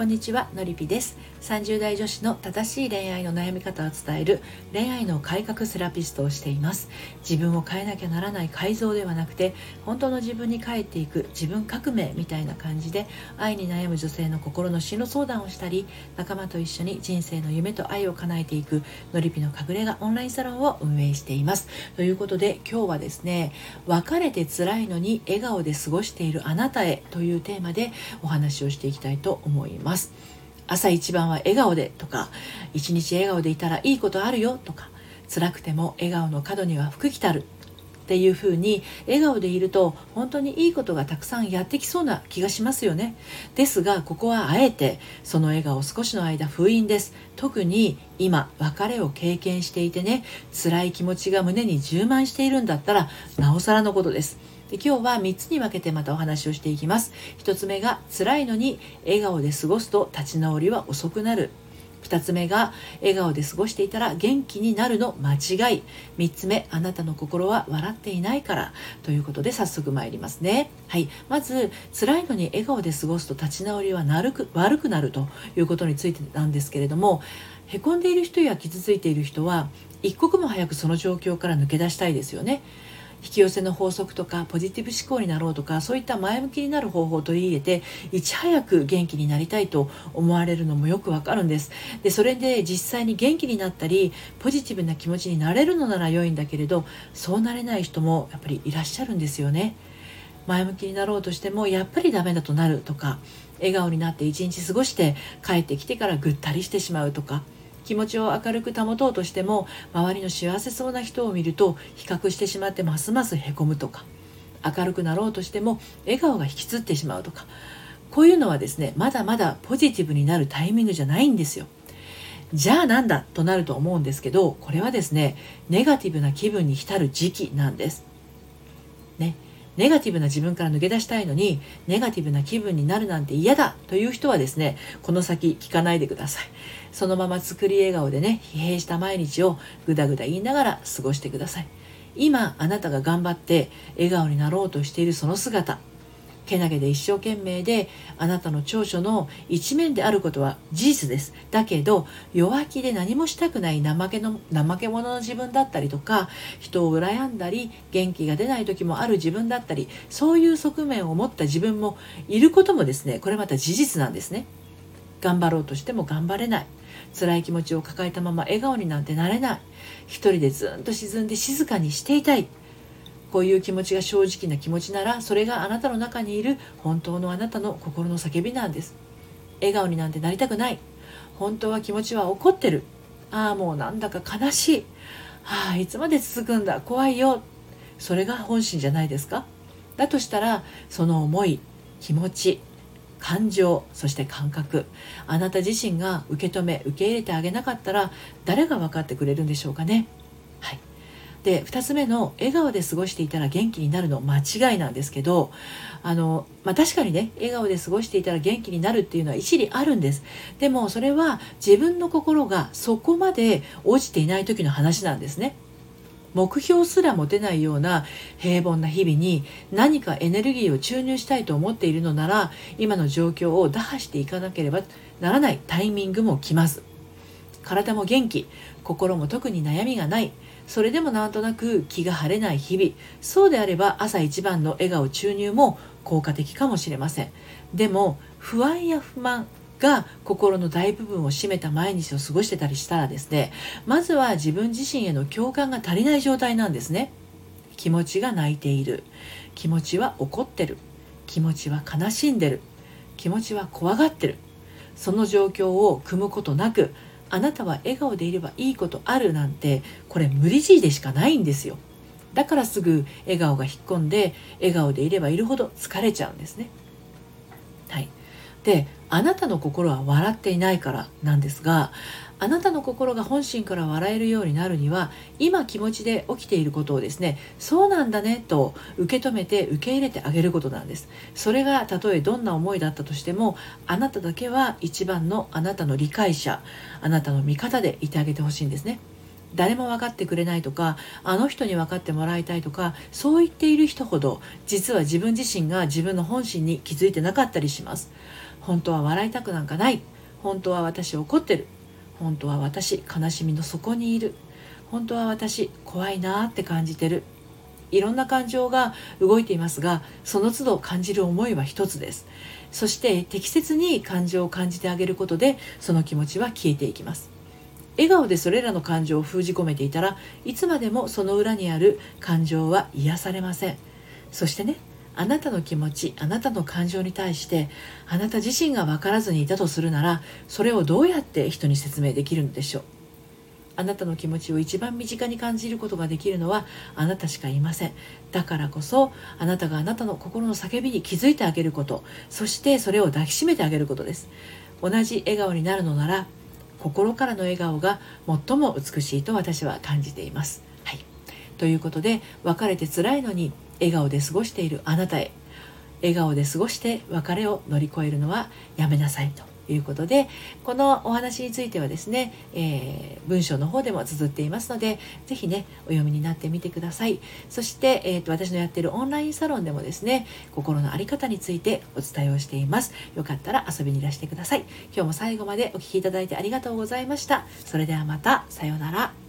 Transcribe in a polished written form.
こんにちは、のりぴです。30代女子の正しい恋愛の悩み方を伝える恋愛の改革セラピストをしています。自分を変えなきゃならない改造ではなくて、本当の自分に帰っていく自分革命みたいな感じで、愛に悩む女性の心の進路相談をしたり、仲間と一緒に人生の夢と愛を叶えていくのりぴの隠れ家オンラインサロンを運営しています。ということで、今日はですね、別れて辛いのに笑顔で過ごしているあなたへというテーマでお話をしていきたいと思います。朝一番は笑顔でとか、一日笑顔でいたらいいことあるよとか、辛くても笑顔の角には福来たるっていう風に笑顔でいると本当にいいことがたくさんやってきそうな気がしますよね。ですが、ここはあえてその笑顔を少しの間封印です。特に今別れを経験していてね、辛い気持ちが胸に充満しているんだったらなおさらのことです。で、今日は3つに分けてまたお話をしていきます。1つ目が辛いのに笑顔で過ごすと立ち直りは遅くなる。2つ目が笑顔で過ごしていたら元気になるの間違い。3つ目、あなたの心は笑っていないからということで、早速参りますね。はい、まず辛いのに笑顔で過ごすと立ち直りは悪くなるということについてなんですけれども、へこんでいる人や傷ついている人は一刻も早くその状況から抜け出したいですよね。引き寄せの法則とかポジティブ思考になろうとか、そういった前向きになる方法を取り入れていち早く元気になりたいと思われるのもよくわかるんです。で、それで実際に元気になったりポジティブな気持ちになれるのなら良いんだけれど、そうなれない人もやっぱりいらっしゃるんですよね。前向きになろうとしてもやっぱりダメだとなるとか、笑顔になって一日過ごして帰ってきてからぐったりしてしまうとか、気持ちを明るく保とうとしても周りの幸せそうな人を見ると比較してしまってますますへこむとか、明るくなろうとしても笑顔が引きつってしまうとか、こういうのはですね、まだまだポジティブになるタイミングじゃないんですよ。じゃあなんだとなると思うんですけど、これはですね、ネガティブな気分に浸る時期なんですね。ネガティブな自分から抜け出したいのにネガティブな気分になるなんて嫌だという人はですね、この先聞かないでください。そのまま作り笑顔でね、疲弊した毎日をぐだぐだ言いながら過ごしてください。今あなたが頑張って笑顔になろうとしているその姿、けなげで一生懸命であなたの長所の一面であることは事実です。だけど弱気で何もしたくない怠け者の自分だったりとか、人を羨んだり元気が出ない時もある自分だったり、そういう側面を持った自分もいることもですね、これまた事実なんですね。頑張ろうとしても頑張れない、辛い気持ちを抱えたまま笑顔になんてなれない、一人でずっと沈んで静かにしていたい、こういう気持ちが正直な気持ちなら、それがあなたの中にいる本当のあなたの心の叫びなんです。笑顔になんてなりたくない、本当は気持ちは怒ってる、ああもうなんだか悲しい、いつまで続くんだ怖いよ、それが本心じゃないですか。だとしたら、その思い、気持ち、感情、そして感覚、あなた自身が受け止め受け入れてあげなかったら誰が分かってくれるんでしょうかね。はい。で、2つ目の笑顔で過ごしていたら元気になるの間違いなんですけど、確かにね、笑顔で過ごしていたら元気になるっていうのは一理あるんです。でもそれは自分の心がそこまで落ちていない時の話なんですね。目標すら持てないような平凡な日々に何かエネルギーを注入したいと思っているのなら、今の状況を打破していかなければならないタイミングも来ます。体も元気、心も特に悩みがない、それでもなんとなく気が晴れない日々、そうであれば朝一番の笑顔注入も効果的かもしれません。でも不安や不満が心の大部分を占めた毎日を過ごしてたりしたらですね、まずは自分自身への共感が足りない状態なんですね。気持ちが泣いている、気持ちは怒ってる、気持ちは悲しんでる、気持ちは怖がってる、その状況を組むことなく、あなたは笑顔でいればいいことあるなんて、これ無理強いでしかないんですよ。だからすぐ笑顔が引っ込んで、笑顔でいればいるほど疲れちゃうんですね。はい。で、あなたの心は笑っていないからなんですが、あなたの心が本心から笑えるようになるには、今気持ちで起きていることをですね、そうなんだねと受け止めて受け入れてあげることなんです。それがたとえどんな思いだったとしても、あなただけは一番のあなたの理解者、あなたの味方でいてあげてほしいんですね。誰も分かってくれないとか、あの人に分かってもらいたいとか、そう言っている人ほど実は自分自身が自分の本心に気づいてなかったりします。 本当は笑いたくなんかない、本当は私怒ってる、本当は私悲しみの底にいる、本当は私怖いなって感じてる。いろんな感情が動いていますが、その都度感じる思いは一つです。そして適切に感情を感じてあげることで、その気持ちは消えていきます。笑顔でそれらの感情を封じ込めていたら、いつまでもその裏にある感情は癒されません。そしてね、あなたの気持ち、あなたの感情に対してあなた自身が分からずにいたとするなら、それをどうやって人に説明できるのでしょう。あなたの気持ちを一番身近に感じることができるのはあなたしかいません。だからこそ、あなたがあなたの心の叫びに気づいてあげること、そしてそれを抱きしめてあげることです。同じ笑顔になるのなら、心からの笑顔が最も美しいと私は感じています。はい。ということで、別れて辛いのに笑顔で過ごしているあなたへ、笑顔で過ごして別れを乗り越えるのはやめなさいということで、このお話についてはですね、文章の方でも綴っていますので、ぜひねお読みになってみてください。そして、私のやっているオンラインサロンでもですね、心の在り方についてお伝えをしています。よかったら遊びにいらしてください。今日も最後までお聞きいただいてありがとうございました。それではまた、さようなら。